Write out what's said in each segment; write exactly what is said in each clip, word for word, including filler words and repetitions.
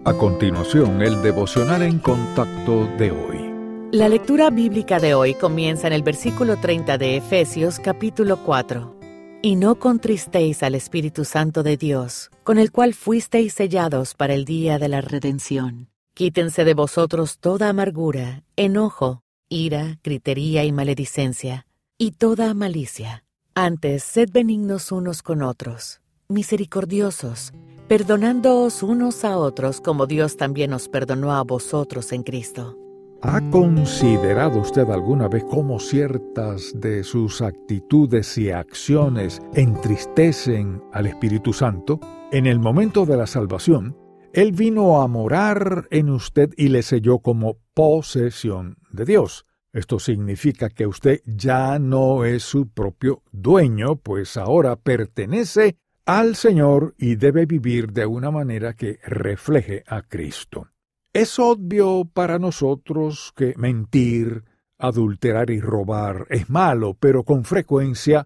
A continuación, el devocional en contacto de hoy. La lectura bíblica de hoy comienza en el versículo treinta de Efesios capítulo cuatro. Y no contristéis al Espíritu Santo de Dios, con el cual fuisteis sellados para el día de la redención. Quítense de vosotros toda amargura, enojo, ira, gritería y maledicencia, y toda malicia. Antes, sed benignos unos con otros, misericordiosos, perdonándoos unos a otros como Dios también os perdonó a vosotros en Cristo. ¿Ha considerado usted alguna vez cómo ciertas de sus actitudes y acciones entristecen al Espíritu Santo? En el momento de la salvación, Él vino a morar en usted y le selló como posesión de Dios. Esto significa que usted ya no es su propio dueño, pues ahora pertenece al Señor y debe vivir de una manera que refleje a Cristo. Es obvio para nosotros que mentir, adulterar y robar es malo, pero con frecuencia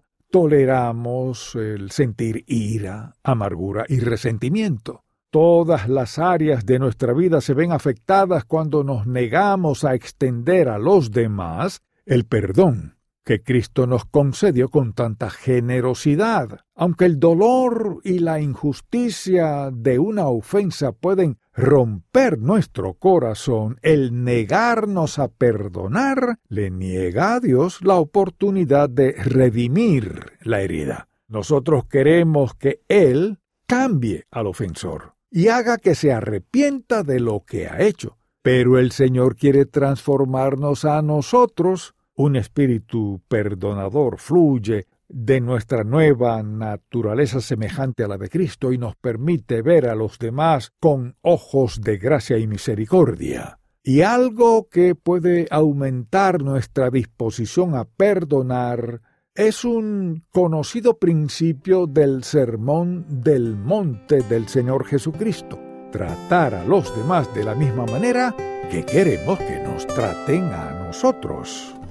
toleramos el sentir ira, amargura y resentimiento. Todas las áreas de nuestra vida se ven afectadas cuando nos negamos a extender a los demás el perdón que Cristo nos concedió con tanta generosidad. Aunque el dolor y la injusticia de una ofensa pueden romper nuestro corazón, el negarnos a perdonar le niega a Dios la oportunidad de redimir la herida. Nosotros queremos que Él cambie al ofensor y haga que se arrepienta de lo que ha hecho. Pero el Señor quiere transformarnos a nosotros. Un espíritu perdonador fluye de nuestra nueva naturaleza semejante a la de Cristo y nos permite ver a los demás con ojos de gracia y misericordia. Y algo que puede aumentar nuestra disposición a perdonar es un conocido principio del Sermón del Monte del Señor Jesucristo: tratar a los demás de la misma manera que queremos que nos traten a nosotros.